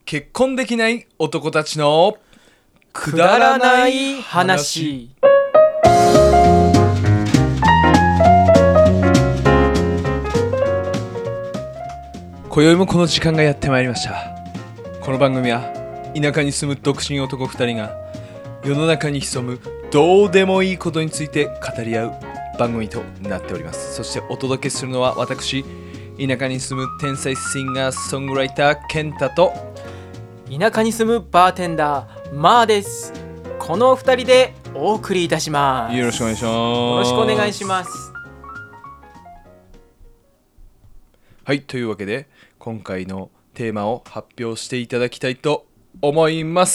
結婚できない男たちのくだらない話。 今宵もこの時間がやってまいりました。この番組は田舎に住む独身男2人が世の中に潜むどうでもいいことについて語り合う番組となっております。そしてお届けするのは私、田舎に住む天才シンガーソングライター健太と田舎に住むバーテンダーマーです。この2人でお送りいたします。 よろしくお願いします。 よろしくお願いします。 はい、というわけで今回のテーマを発表していただきたいと思います。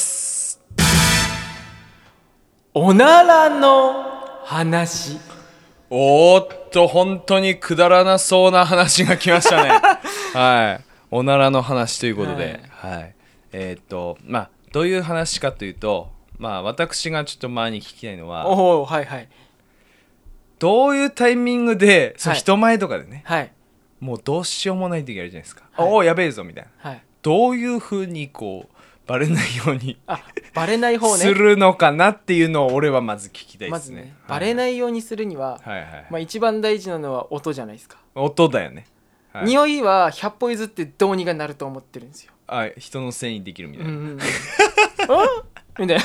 おならの話。 おーっと、本当にくだらなそうな話が来ましたね。はい、おならの話ということで、はい、どういう話かというと、私がちょっと前に聞きたいのは、 はいはい。 どういうタイミングで、 はい、 人前とかでね、 はい、 もうどうしようもない時あるじゃないですか。 はい、 おおやべえぞみたいな、 はい、 どういう風にこうバレないようにバレない方ねするのかなっていうのを俺はまず聞きたいですね。 まずね、バレないようにするには、 はいはい、 一番大事なのは音じゃないですか。 音だよね。 はい、匂いは100歩譲ってどうにかなると思ってるんですよ。 人のせいにできるみたいな、 みたいな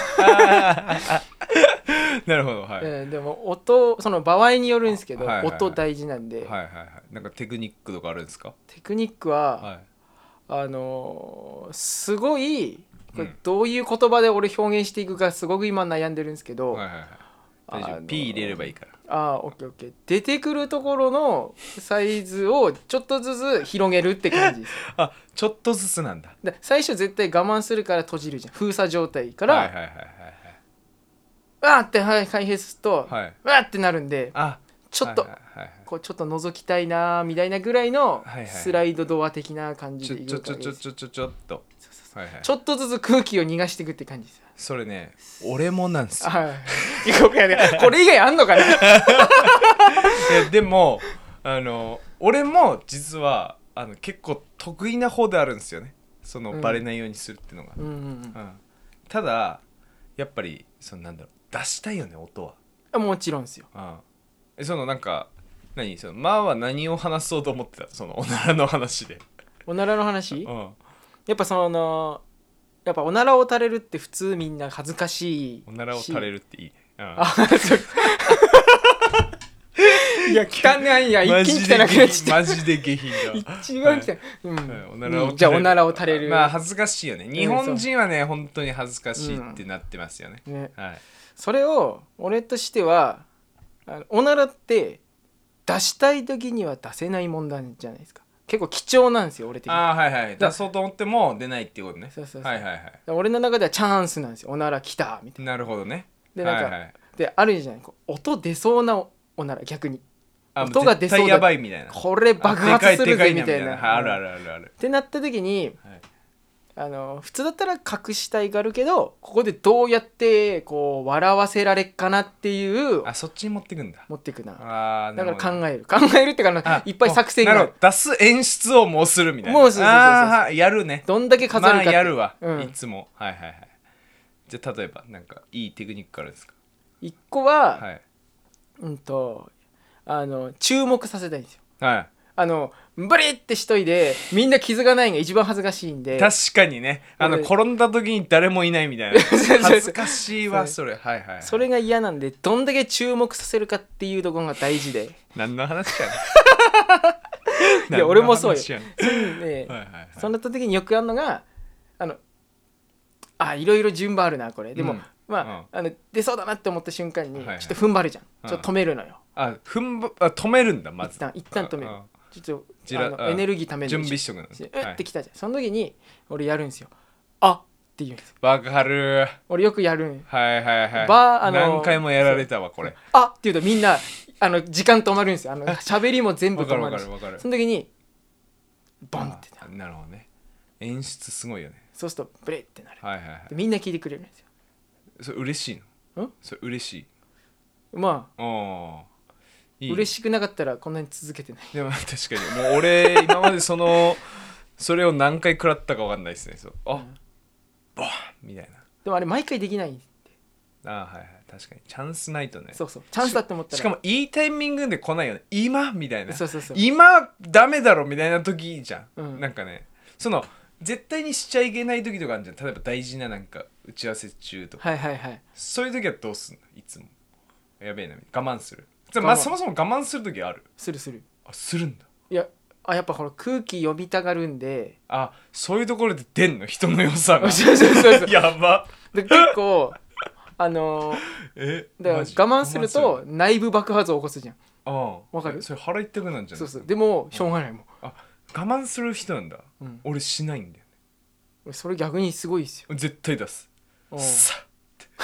なるほど、はい、 でも音、その場合によるんですけど、 はいはいはい、 音大事なんで、 はいはいはい、なんかテクニックとかあるんですか？ テクニックは、 はい、 すごいこれどういう言葉で俺表現していくかすごく今悩んでるんですけど、 はいはいはい、大丈夫、P 入れればいいから。 オッケーオッケー。出てくるところのサイズをちょっとずつ広げるって感じです。 ちょっとずつなんだ。 で最初絶対我慢するから閉じるじゃん。封鎖状態から、 はいはいはいはい、 わーって開閉すると、 はい、 わーってなるんで、ちょっと、 はいはいはい、 こうちょっと覗きたいなみたいなぐらいのはいはい、 スライドドア的な感じでいくわけです。 ちょっと、はいはい、 ちょっとずつ空気を逃がしていくって感じです。 それね、俺もなんですよ。 これ以外あんのかな。いやでも俺も実は結構得意な方であるんですよね。そのバレないようにするっていうのが、ただやっぱりなんだろう、出したいよね、音は。 もちろんですよ。 なんかは何を話そうと思ってた？そのおならの話で。 おならの話？やっぱやっぱおならを垂れるって普通みんな恥ずかしいし。 おならを垂れるっていいね。 いや汚いや、一気に汚くなっちゃった。 マジで下品だ。 一番汚い。じゃあおならを垂れる。 恥ずかしいよね。日本人はね、本当に恥ずかしいってなってますよね。 それを俺としては、おならって出したい時には出せないもんなんじゃないですか。結構貴重なんですよ、俺的に。 はいはい、出そうと思っても出ないっていうことね。 そうはいはいはい。 俺の中ではチャンスなんですよ。おなら来たみたいな。 なるほどね。 でなんか、であるじゃない、音出そうなおなら、逆に音が出そうだ、 絶対やばいみたいな、 これ爆発するぜみたいな、 あるあるあるあるってなった時に、普通だったら隠したいがあるけど、ここでどうやってこう笑わせられっかなっていう、 そっちに持ってくんだ。 持ってくな。だから考えるってかいっぱい作戦がある。 出す演出をもうするみたいな。 もうそうやるね。 どんだけ飾るかって、 やるわ、いつも。はいはいはい。じゃあ例えばなんかいいテクニックあるんですか？ 一個は、注目させたいんですよ。ブリってしといてみんな気づかないのが一番恥ずかしいんで。 確かにね、転んだ時に誰もいないみたいな恥ずかしいわそれ。はいはい、 それが嫌なんで、どんだけ注目させるかっていうところが大事で。 何の話やねんいや俺もそうよ。そんな時によくあるのが、いろいろ順番あるなこれ。でも、出そうだなって思った瞬間にちょっと踏ん張るじゃん。ちょっと止めるのよ。 止めるんだ。まず一旦止める。ちょっとエネルギーためる準備しとくの。 ってきたじゃん。その時に俺やるんですよ。って言うんですよ。 わかる。 俺よくやるん。 はいはいはい。何回もやられたわこれ。 って言うとみんな時間止まるんですよ。喋りも全部止まるし。その時にボンってなるほどね。演出すごいよね。 そうするとブレってなる。 はいはいはい。 みんな聞いてくれるんですよ。 それ嬉しいの？それ嬉しい。 嬉しくなかったらこんなに続けてない。 でも確かにもう俺今までそれを何回食らったか分かんないですね。そうあ、 うんボーンみたいでもあれ毎回できない。 な。あはいはい、確かにチャンスないとね。 そうそうチャンスだって思ったらしかもいいタイミングで来ないよね。今みたいな。 そうそうそう今ダメだろみたいな時じゃん、 うんなんかね、その絶対にしちゃいけない時とかあるじゃん。例えば大事ななんか打ち合わせ中とか、 はいはいはい。 そういう時はどうすんの？いつもやべえな、我慢する。 我慢まあそもそも我慢する時ある？ するする。 あ、するんだ。 いややっぱこの空気読みたがるんであ、そういうところで出んの、人の良さが。 そうそうそうそうやば。 で結構だから我マジ慢する我と内部爆発を起こすじゃん。 ああ、 わかる？ それ腹痛くなんじゃん。 そうそうでもしょうがないもん、 あ、我慢する人なんだ、 うん俺しないんだよ俺それ逆にすごいですよ。 ね。絶対出す。 うんさって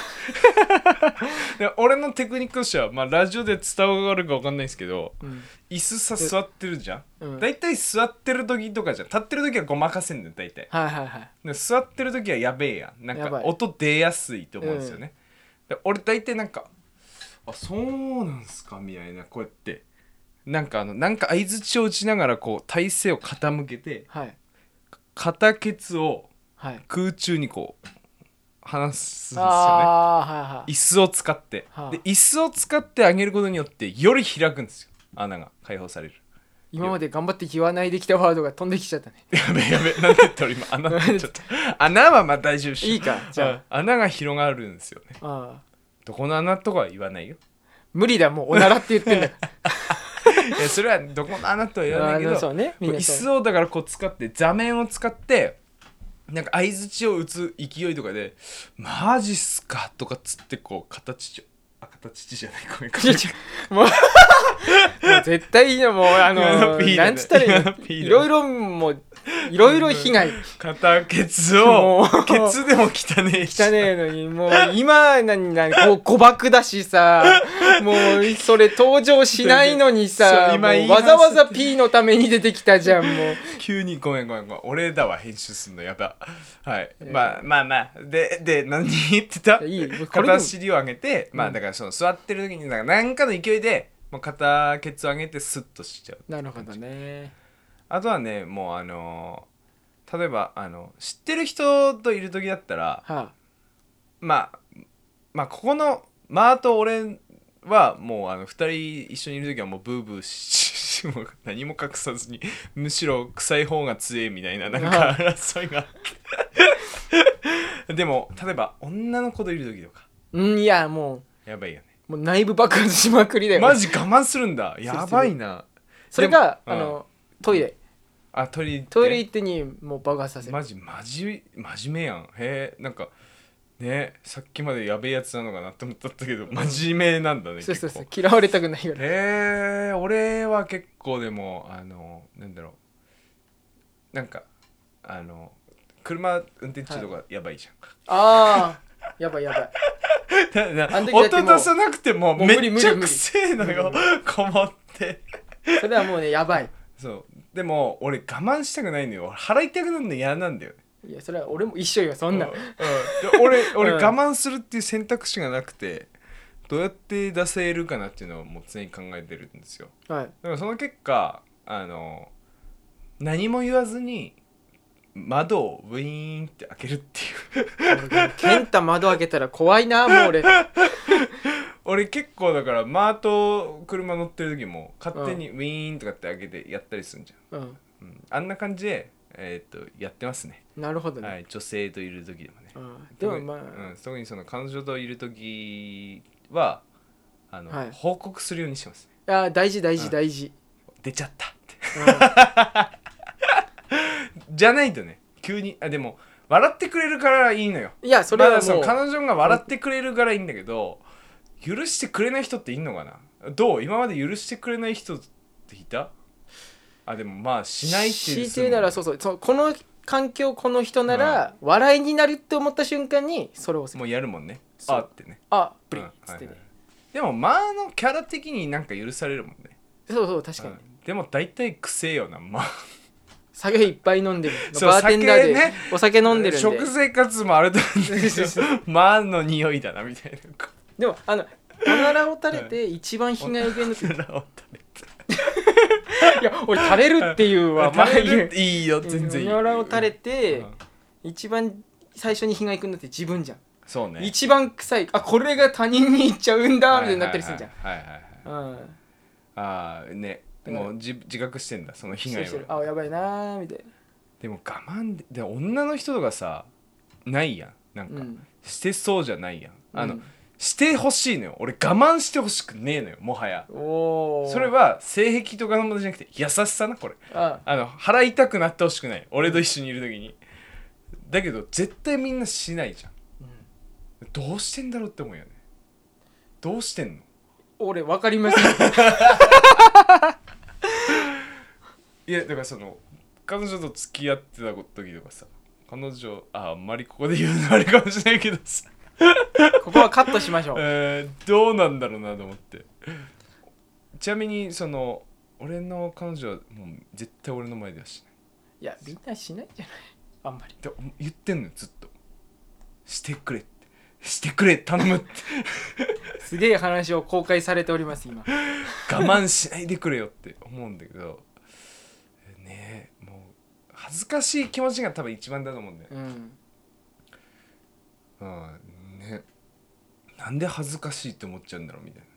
で俺のテクニックとしては、まあ、ラジオで伝わるか分かんないですけど、 うん椅子さ座ってるじゃん、 うんだいたい座ってる時とかじゃん。立ってる時はごまかせんだよ大体。 はいはいはいで座ってる時はやべえやん、なんかやばい音出やすいと思うんですよね、で俺大体なんかあ、そうなんすかみたいな、こうやってなんか相槌を打ちながらこう体勢を傾けてはい片ケツをはい空中にこう離すんですよね、 ああはいはい椅子を使って、 はあで椅子を使ってあげることによってより開くんですよ、穴が開放される。 今まで頑張って言わないできたワードが飛んできちゃったね。 やべやべ、なんで言ったら今穴って言っちゃった穴はまあ大丈夫っしょ。 いいかじゃ穴が広がるんですよね。 ああどこの穴とかは言わないよ。 無理だもうおならって言ってんだかいやそれはどこの穴とは言わないけど、 らそうねみんな椅そう子をだからこう使って座面を使ってなんか相槌を打つ勢いとかでマジっすかとかっつってこう形じゃない、ごめんもう絶対いいのもうピーだねなんつったらいいのピーだねいろいろもういろいろ被害片ケツをもうケツでも汚ねえし汚ねえのにもう今何こう誤爆だしさもうそれ登場しないのにそうさ今言いもうわざわざ P のために出てきたじゃんもう急にごめん俺だわ編集すんのやばはい、まあで何言ってた？ いいこれで片も尻を上げて、まあだからその座ってる時になんかの勢いでもう片ケツを上げてスッとしちゃう。 なるほどね。 あとはねもう例えば知ってる人といる時だったらはまあここのマーと俺はもう2人一緒にいる時はもうブーブーしもう何も隠さずにむしろ臭い方が強いみたいななんか争いがでも例えば女の子といる時とかいやもやばいよね。 う内部爆発しまくりだよマジ我慢するんだ。やばいな。 それがでもトイレトイレ行ってにもう爆発させる。 マジ真面目やん。へえ、なんかね、さっきまでやべえやつなのかなって思ったけど真面目なんだね。 そうそうそう結構嫌われたくないから。 へえ、俺は結構でもなんだろう、なんか車運転中とかやばいじゃん、 ああやばいやばい。あの時だってもう音出さなくてももうめ無理無理無理っちゃくせえのよ、こもってそれはもうねやばい。 そうでも俺我慢したくないのよ。払いたくなるの嫌なんだよね。 いやそれは俺も一緒よそんな。 で俺うん我慢するっていう選択肢がなくてどうやって出せるかなっていうのをもう常に考えてるんですよ。 はい。 だからその結果何も言わずに窓をウィーンって開けるっていう健太窓開けたら怖いなもう俺。 俺結構だからマーと車乗ってる時も勝手にウィーンとかって開けてやったりするんじゃん、あんな感じでやってますね。 なるほどね。 はい、女性といる時でもね。 でもまあ、 特にその彼女といる時は報告するようにしますね。 いや大事大事大事。 出ちゃったってじゃないとね急にでも笑ってくれるからいいのよ。 いやそれはもう、 その彼女が笑ってくれるからいいんだけど、許してくれない人っていんのかな。どう今まで許してくれない人っていた？でもまあしないって強いて言うならそうこの環境この人なら笑いになるって思った瞬間にそれをもうやるもんね。 そうってね。 プリッつってね、 でもまあのキャラ的になんか許されるもんね。 そう確かに、 でも大体くせえよなまあ。 酒いっぱい飲んでるそうバーテンダーで、 ね、 お酒飲んでるんで食生活もあれだんだけどまあの匂いだなみたいな。 でもおならを垂れて一番被害を受けるのっていや俺垂れるっていうはまあ垂れるいいよ全然いい。 おならを垂れて、 うん一番最初に被害くんだって自分じゃん、 そうね。 一番臭い、あこれが他人に行っちゃうんだみたいになったりするじゃん。 はいはいはいはい。 うんああね、もう自覚してんだその被害してるは。 あやばいなーみたいでも我慢で女の人とかさないやん、なんな。 か、してそうじゃないやん。 うんしてほしいのよ。俺我慢してほしくねえのよもはや。 おお。 それは性癖とかのものじゃなくて優しさなこれ。 あ払いたくなってほしくない俺と一緒にいる時に。だけど絶対みんなしないじゃん。どうしてんだろうって思うよね。どうしてんの。 俺分かりません。 いやだからその彼女と付き合ってた時とかさ、彼女あんまりここで言うのあれかもしれないけどさここはカットしましょう。 どうなんだろうなと思って。ちなみにその俺の彼女はもう絶対俺の前ではしない。 いやみんなしないんじゃないあんまり。 で言ってんのよずっと。してくれってしてくれ頼むってすげえ話を公開されております今。 我慢しないでくれよって思うんだけどねえ、もう恥ずかしい気持ちが多分一番だと思うんだよ。ね、なんで恥ずかしいって思っちゃうんだろうみたい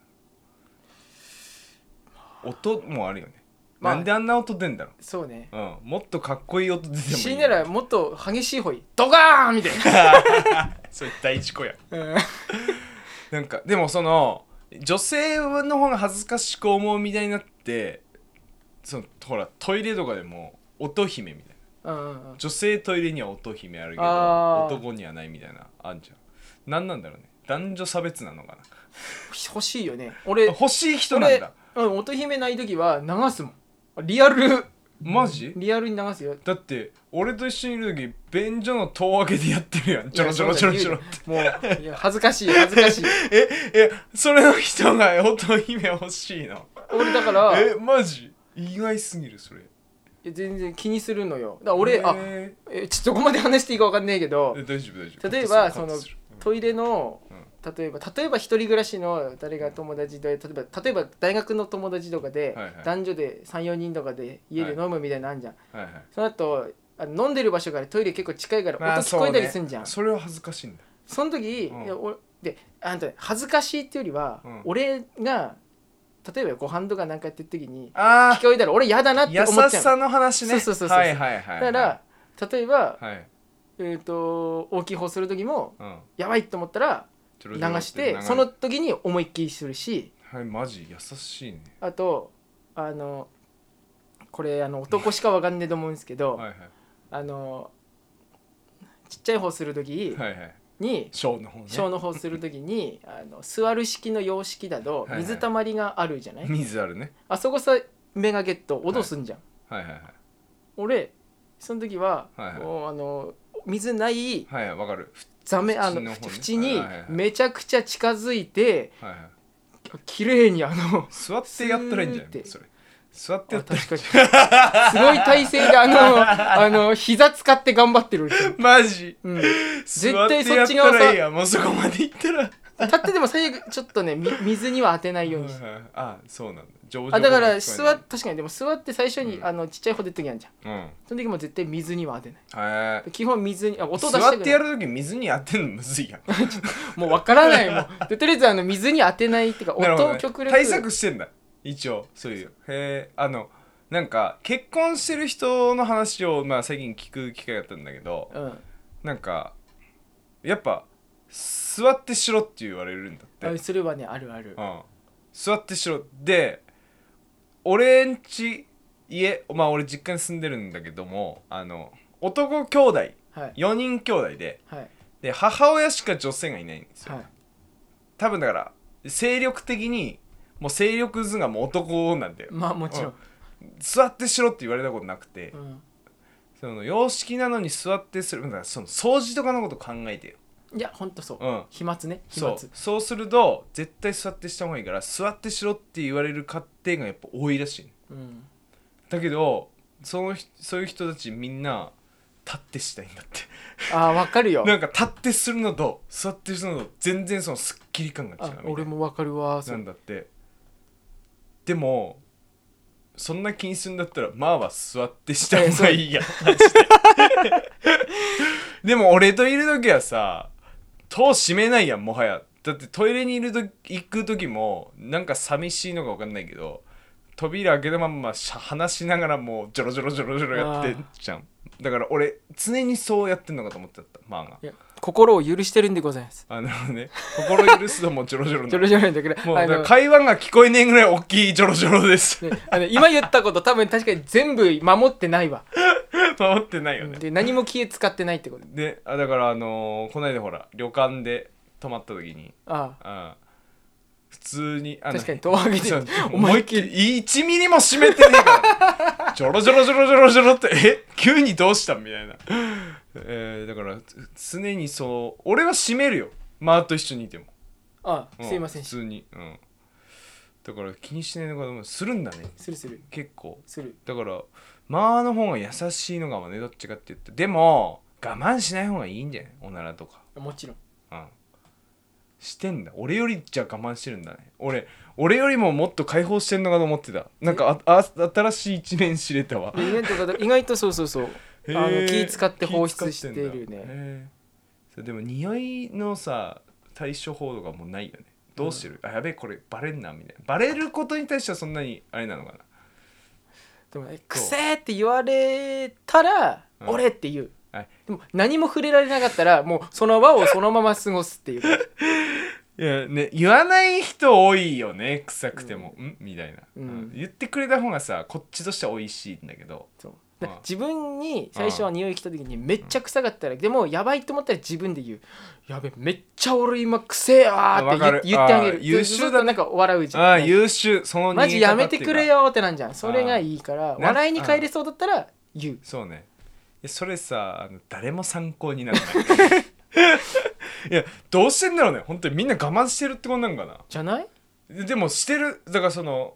な。音もあるよね、なんであんな音出んだろう。 そうね。 もっとかっこいい音出てもいい。 死んだらもっと激しい方がいい。ドカーンみたいな。 それ大事故やなんかでもその女性の方が恥ずかしく思うみたいになって、そのほらトイレとかでも音姫みたいな、女性トイレには音姫あるけど男にはないみたいなあんじゃん。なんなんだろうね、男女差別なのかな。 欲しいよね。俺欲しい人なんだ。 音姫ない時は流すもん。リアルマジリアルに流すよ。 だって俺と一緒にいる時便所の戸開けでやってるやん、ちょろちょろちょろちょろって。 もういや恥ずかしい恥ずかしい。 それの人が音姫欲しいの。 俺だからマジ意外すぎるそれ。 全然気にするのよ。だから俺ちょっとどこまで話していいか分かんないけど、 大丈夫大丈夫。 例えばそのトイレの例えば一人暮らしの誰が友達で例えば大学の友達とかで男女で 3,4 人とかで家で飲むみたいなのあんじゃん。その後飲んでる場所からトイレ結構近いから音聞こえたりすんじゃん。 それは恥ずかしいんだ。 その時で恥ずかしいっていうよりは俺が例えばご飯とかなんかやってる時に聞こえたら俺嫌だなって思っちゃう。 優しさの話ね。 そうはいはいはい。 だから例えばはい大きい方する時もやばいと思ったら流してその時に思いっきりするし。 はいマジ優しいね。 あとこれ男しかわかんねえと思うんですけどちっちゃい方する時に小の方する時に座る式の洋式だと水たまりがあるじゃない。 水あるね。 あそこさ目がゲット脅すんじゃん。俺その時は水ないわかるザメ縁にめちゃくちゃ近づいて綺麗に座ってやったらいいんじゃないそれ。座ってやったらいい。 すごい体勢で膝使って頑張ってる。 マジ絶対そっち側さもうそこまで行ったら立ってでも最悪ちょっとね水には当てないようにしそうなんだ。 だから確かにでも座って最初にちっちゃい方出てるやんじゃん。その時も絶対水には当てない。基本水に音出して座ってやる時水に当てるのむずいやんもう分からないもん。でとりあえず水に当てないっていうか音を極力対策してんだ一応。そういうなんか結婚してる人の話を最近聞く機会があったんだけど、なんかやっぱ座ってしろって言われるんだって。 それはねあるある。 座ってしろで俺んち俺実家に住んでるんだけども男兄弟、4人兄弟で、で母親しか女性がいないんですよ。多分だから精力的にもう勢力図がもう男なんだよ。 もちろん、 座ってしろって言われたことなくて、その洋式なのに座ってする。だからその掃除とかのこと考えてよ。 いやほんとそう、飛沫ね飛沫。 そうすると絶対座ってした方がいいから座ってしろって言われる家庭がやっぱ多いらしい、だけどそういう人たちみんな立ってしたいんだってわかるよ。 なんか立ってするのと座ってするのと全然そのスッキリ感が違うみたいな。 俺もわかるわ。 なんだって。でもそんな気にするんだったらまあは座ってした方がいいやでも俺といる時はさ戸閉めないやんもはや。だってトイレに行く時もなんか寂しいのか分かんないけど扉開けたまんま話しながらもうジョロジョロジョロジョロやってんじゃん。だから俺常にそうやってんのかと思ってたまあが。 いや心を許してるんでございます。 なるほどね。心許すのもジョロジョロジョロジョロなんだけどもう会話が聞こえねえぐらい大きいジョロジョロです、 ね、今言ったこと多分確かに全部守ってないわ守ってないよね。 で何も気使ってないってことでだからこの間ほら旅館で泊まった時に普通に確かに戸を開けて思いっきり1ミリも閉めてねえからジョロジョロジョロジョロジョロって急にどうしたみたいな、だから常にそう俺は閉めるよマーと一緒にいても。 すいません普通に、だから気にしないのかとするんだね。 する結構する。 だからマーの方が優しいのかもねどっちかって言ってでも我慢しない方がいいんじゃないおならとか。 もちろんしてんだ。俺よりじゃあ我慢してるんだね。俺よりももっと解放してんのかと思ってた。なんか新しい一面知れたわ。 意外とそう気使って放出してるね。 でも匂いのさ対処法とかもうないよね。どうしてる、やべえこれバレんなみたいな。バレることに対してはそんなにあれなのかな。 でもくせーって言われたら、俺って言う。でも何も触れられなかったらもうその輪をそのまま過ごすっていういやね、言わない人多いよね臭くても、みたいな、言ってくれた方がさこっちとしては美味しいんだけど。 自分に最初は匂い来た時にめっちゃ臭かったらでもやばいと思ったら自分で言うやべめっちゃ俺今臭えわって言ってあげる。 優秀だね。 なんか笑うじゃん。 優秀。そのマジやめてくれよってなんじゃん。それがいいから笑いに帰れそうだったら言う。 そうね。それさ誰も参考にならないいやどうしてんだろうね本当にみんな我慢してるってことなんかな。 じゃない？ でもしてる。だからそん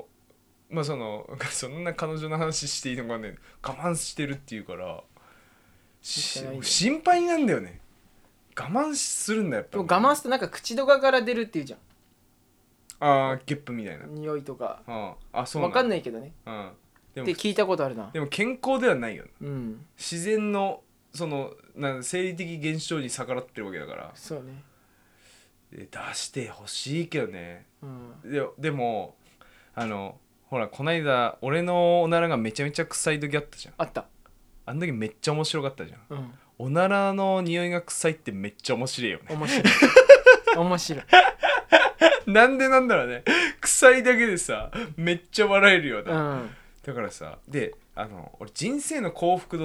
な彼女の話していいのかね我慢してるっていうから心配なんだよね。我慢するんだやっぱ。 でも我慢するとなんか口とかから出るっていうじゃん。 ゲップみたいな匂いとか。 そう分かんないけどね。って聞いたことあるな。 でも健康ではないよね、自然の生理的現象に逆らってるわけだから。 そうね。 出してほしいけどね、でもほらこないだ俺のおならがめちゃめちゃ臭い時あったじゃん。 あった。 あの時めっちゃ面白かったじゃん、おならの匂いが臭いってめっちゃ面白いよね。 面白いなんでなんだろうね。臭いだけでさめっちゃ笑えるよな、だからさで俺人生の幸福度って、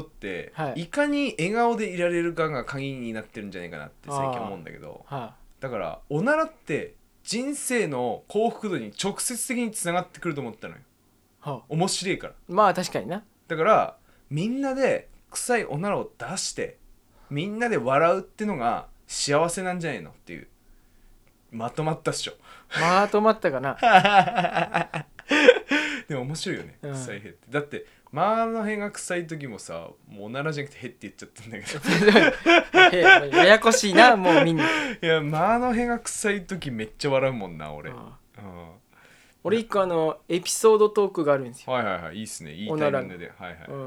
いかに笑顔でいられるかが鍵になってるんじゃないかなって最近思うんだけど、だからおならって人生の幸福度に直接的につながってくると思ったのよ、面白いから。 まあ確かにな。 だからみんなで臭いおならを出してみんなで笑うってのが幸せなんじゃないのっていう。まとまったっしょ。 まとまったかなでも面白いよね、臭いへって。だってマーのへが臭い時もさもうおならじゃなくてへって言っちゃったんだけどややこしいなもうみんな。いやマーのへが臭い時めっちゃ笑うもんな俺。 俺一個エピソードトークがあるんですよ。 いいっすね。いいタイミングで。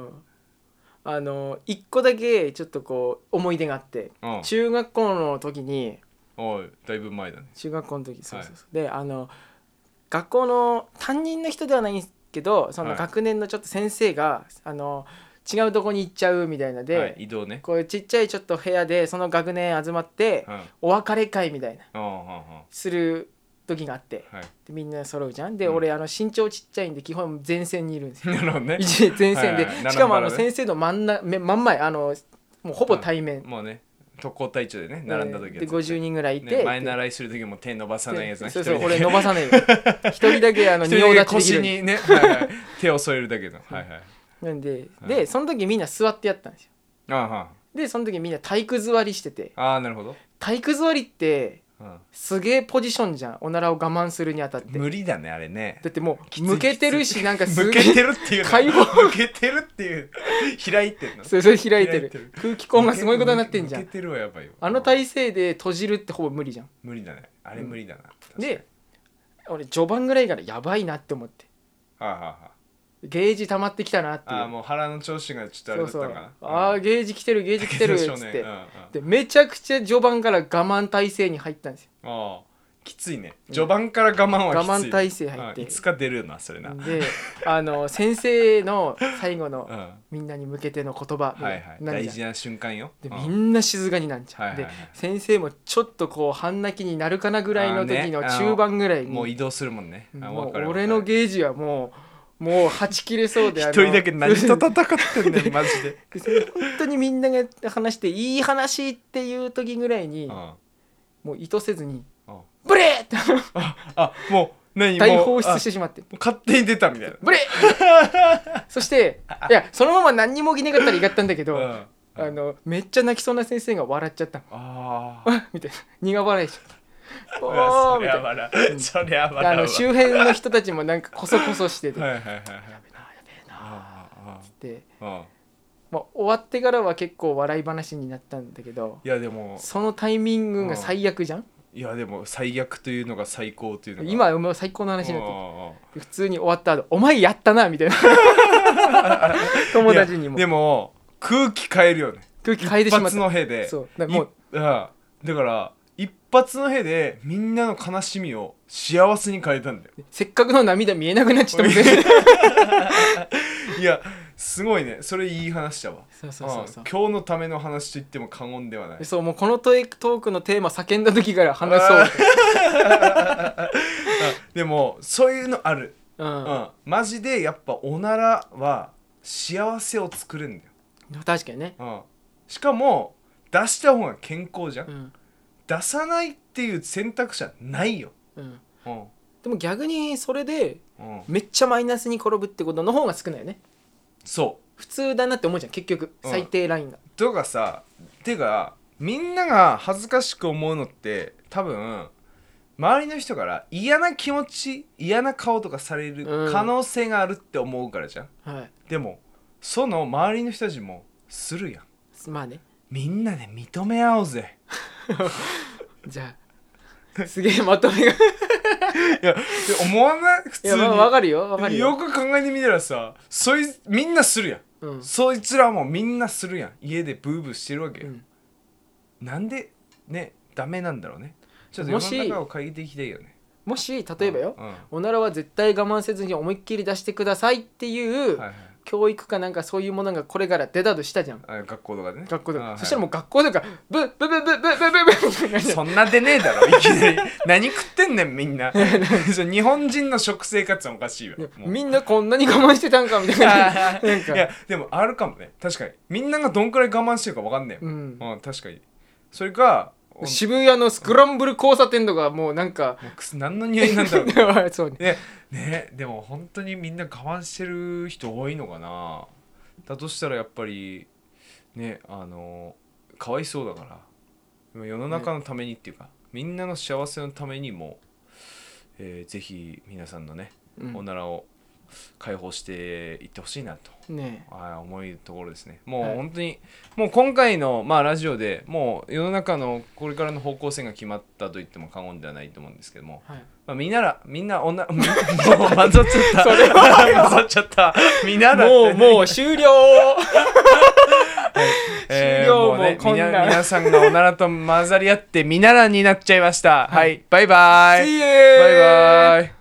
一個だけちょっとこう思い出があって、中学校の時にだいぶ前だね。 中学校の時で学校の担任の人ではないんですけどその学年のちょっと先生が違うとこに行っちゃうみたいなで、 移動ね。 こういうちっちゃいちょっと部屋でその学年集まって、お別れ会みたいな、する時があって、でみんな揃うじゃん。で、俺身長ちっちゃいんで基本前線にいるんですよ。 なるほどね。 前線で、しかも先生の真ん前もうほぼ対面。 もうね。特攻隊長でね並んだ時で50人ぐらいいて、 前習いする時も手伸ばさないやつね。 そう俺伸ばさないよ。一人だけ仁王立ちできる。 腰にね手を添えるだけの。 なんでその時みんな座ってやったんですよ。でその時みんな体育座りしてて。 なるほど。 体育座りってすげえポジションじゃん。おならを我慢するにあたって無理だねあれね。 だってもう向けてるしなんか向けてるっていう開放向けてるっていう開いてるの。 それ開いてる空気口がすごいことになってんじゃん。 向けてるはやばいよ。 体勢で閉じるってほぼ無理じゃん。 無理だねあれ無理だな、 で俺序盤ぐらいからやばいなって思ってゲージ溜まってきたなっていう。 もう腹の調子がちょっとあれだったかな。 そうそう、ゲージ来てるゲージ来てるっつって、でめちゃくちゃ序盤から我慢体制に入ったんですよ。 きついね。序盤から我慢はきつい、 我慢体制入って、 いつか出るなそれな。 で先生の最後のみんなに向けての言葉、 大事な瞬間よ。 でみんな静かになんちゃう、で先生もちょっとこう半泣きになるかなぐらいの時の中盤ぐらいに、 もう移動するもんね。 もう俺のゲージはもうはち切れそうで、 一人だけ何と戦ってんねんマジで。 本当にみんなが話していい話っていう時ぐらいに、もう意図せずにブレーってもう何大放出してしまって、 勝手に出たみたいな、 ブレーそしていやそのまま何にも起きなかったらいかったんだけど、めっちゃ泣きそうな先生が笑っちゃった。みたいな、苦笑いしちゃった。 そりゃ笑う、そりゃ笑う。 周辺の人たちもなんかコソコソしてて、やべえなやべえなっつって、終わってからは結構笑い話になったんだけど、 いやでもそのタイミングが最悪じゃん。 いやでも最悪というのが最高というのが今はもう最高の話になって普通に終わった後お前やったなみたいな友達にも。 でも空気変えるよね。 空気変えてしまった。 一発のへで。 そうだから一発のへでみんなの悲しみを幸せに変えたんだよ。 せっかくの涙見えなくなっちゃったもんね。 いやすごいね。それいい話だわ。 そう今日のための話と言っても過言ではない。 そう、もうこのトークのテーマ叫んだ時から話そう。 でもそういうのある、マジでやっぱおならは幸せを作るんだよ。 確かにね、 しかも出した方が健康じゃん、出さないっていう選択肢はないよ、 でも逆にそれでめっちゃマイナスに転ぶってことの方が少ないよね。 そう普通だなって思うじゃん結局、最低ラインがとかさ、てかみんなが恥ずかしく思うのって多分周りの人から嫌な気持ち嫌な顔とかされる可能性があるって思うからじゃん、でもその周りの人たちもするやん。 まあね、 みんなで認め合おうぜ。 じゃあすげえまとめがいや思わない普通に。いや分かるよ分かるよ。 よく考えてみたらさ、みんなするやん、そいつらもみんなするやん。家でブーブーしてるわけよ、なんでねダメなんだろうね。ちょっと世の中を変えていきたいよね。 もし例えばよ、おならは絶対我慢せずに思いっきり出してくださいっていう、教育かなんかそういうものがこれから出たとしたじゃん、 学校とかでね。 学校とか、そしたらもう学校とかブッブブブブブブブブそんな出ねえだろいきなり。何食ってんねんみんな。日本人の食生活はおかしいわ。 みんなこんなに我慢してたんかみたいな。 いやでもあるかもね。確かにみんながどんくらい我慢してるか分かんねえ、確かに。それか渋谷のスクランブル交差点とかもうなんか何の匂いなんだろう。 そうね。 でも本当にみんな我慢してる人多いのかな。だとしたらやっぱりねかわいそうだから世の中のためにっていうか、みんなの幸せのためにも、ぜひ皆さんのね、おならを解放していってほしいなと、思うところですね。もう本当にもう今回の、ラジオでもう世の中のこれからの方向性が決まったと言っても過言ではないと思うんですけども、みんなもう混ざっちゃった。それは混ざっちゃった。みんなだってもう終了。終了もうこんな皆さんがおならと混ざり合ってみならになっちゃいました。はい、バイバイ。 See you! バイバイ。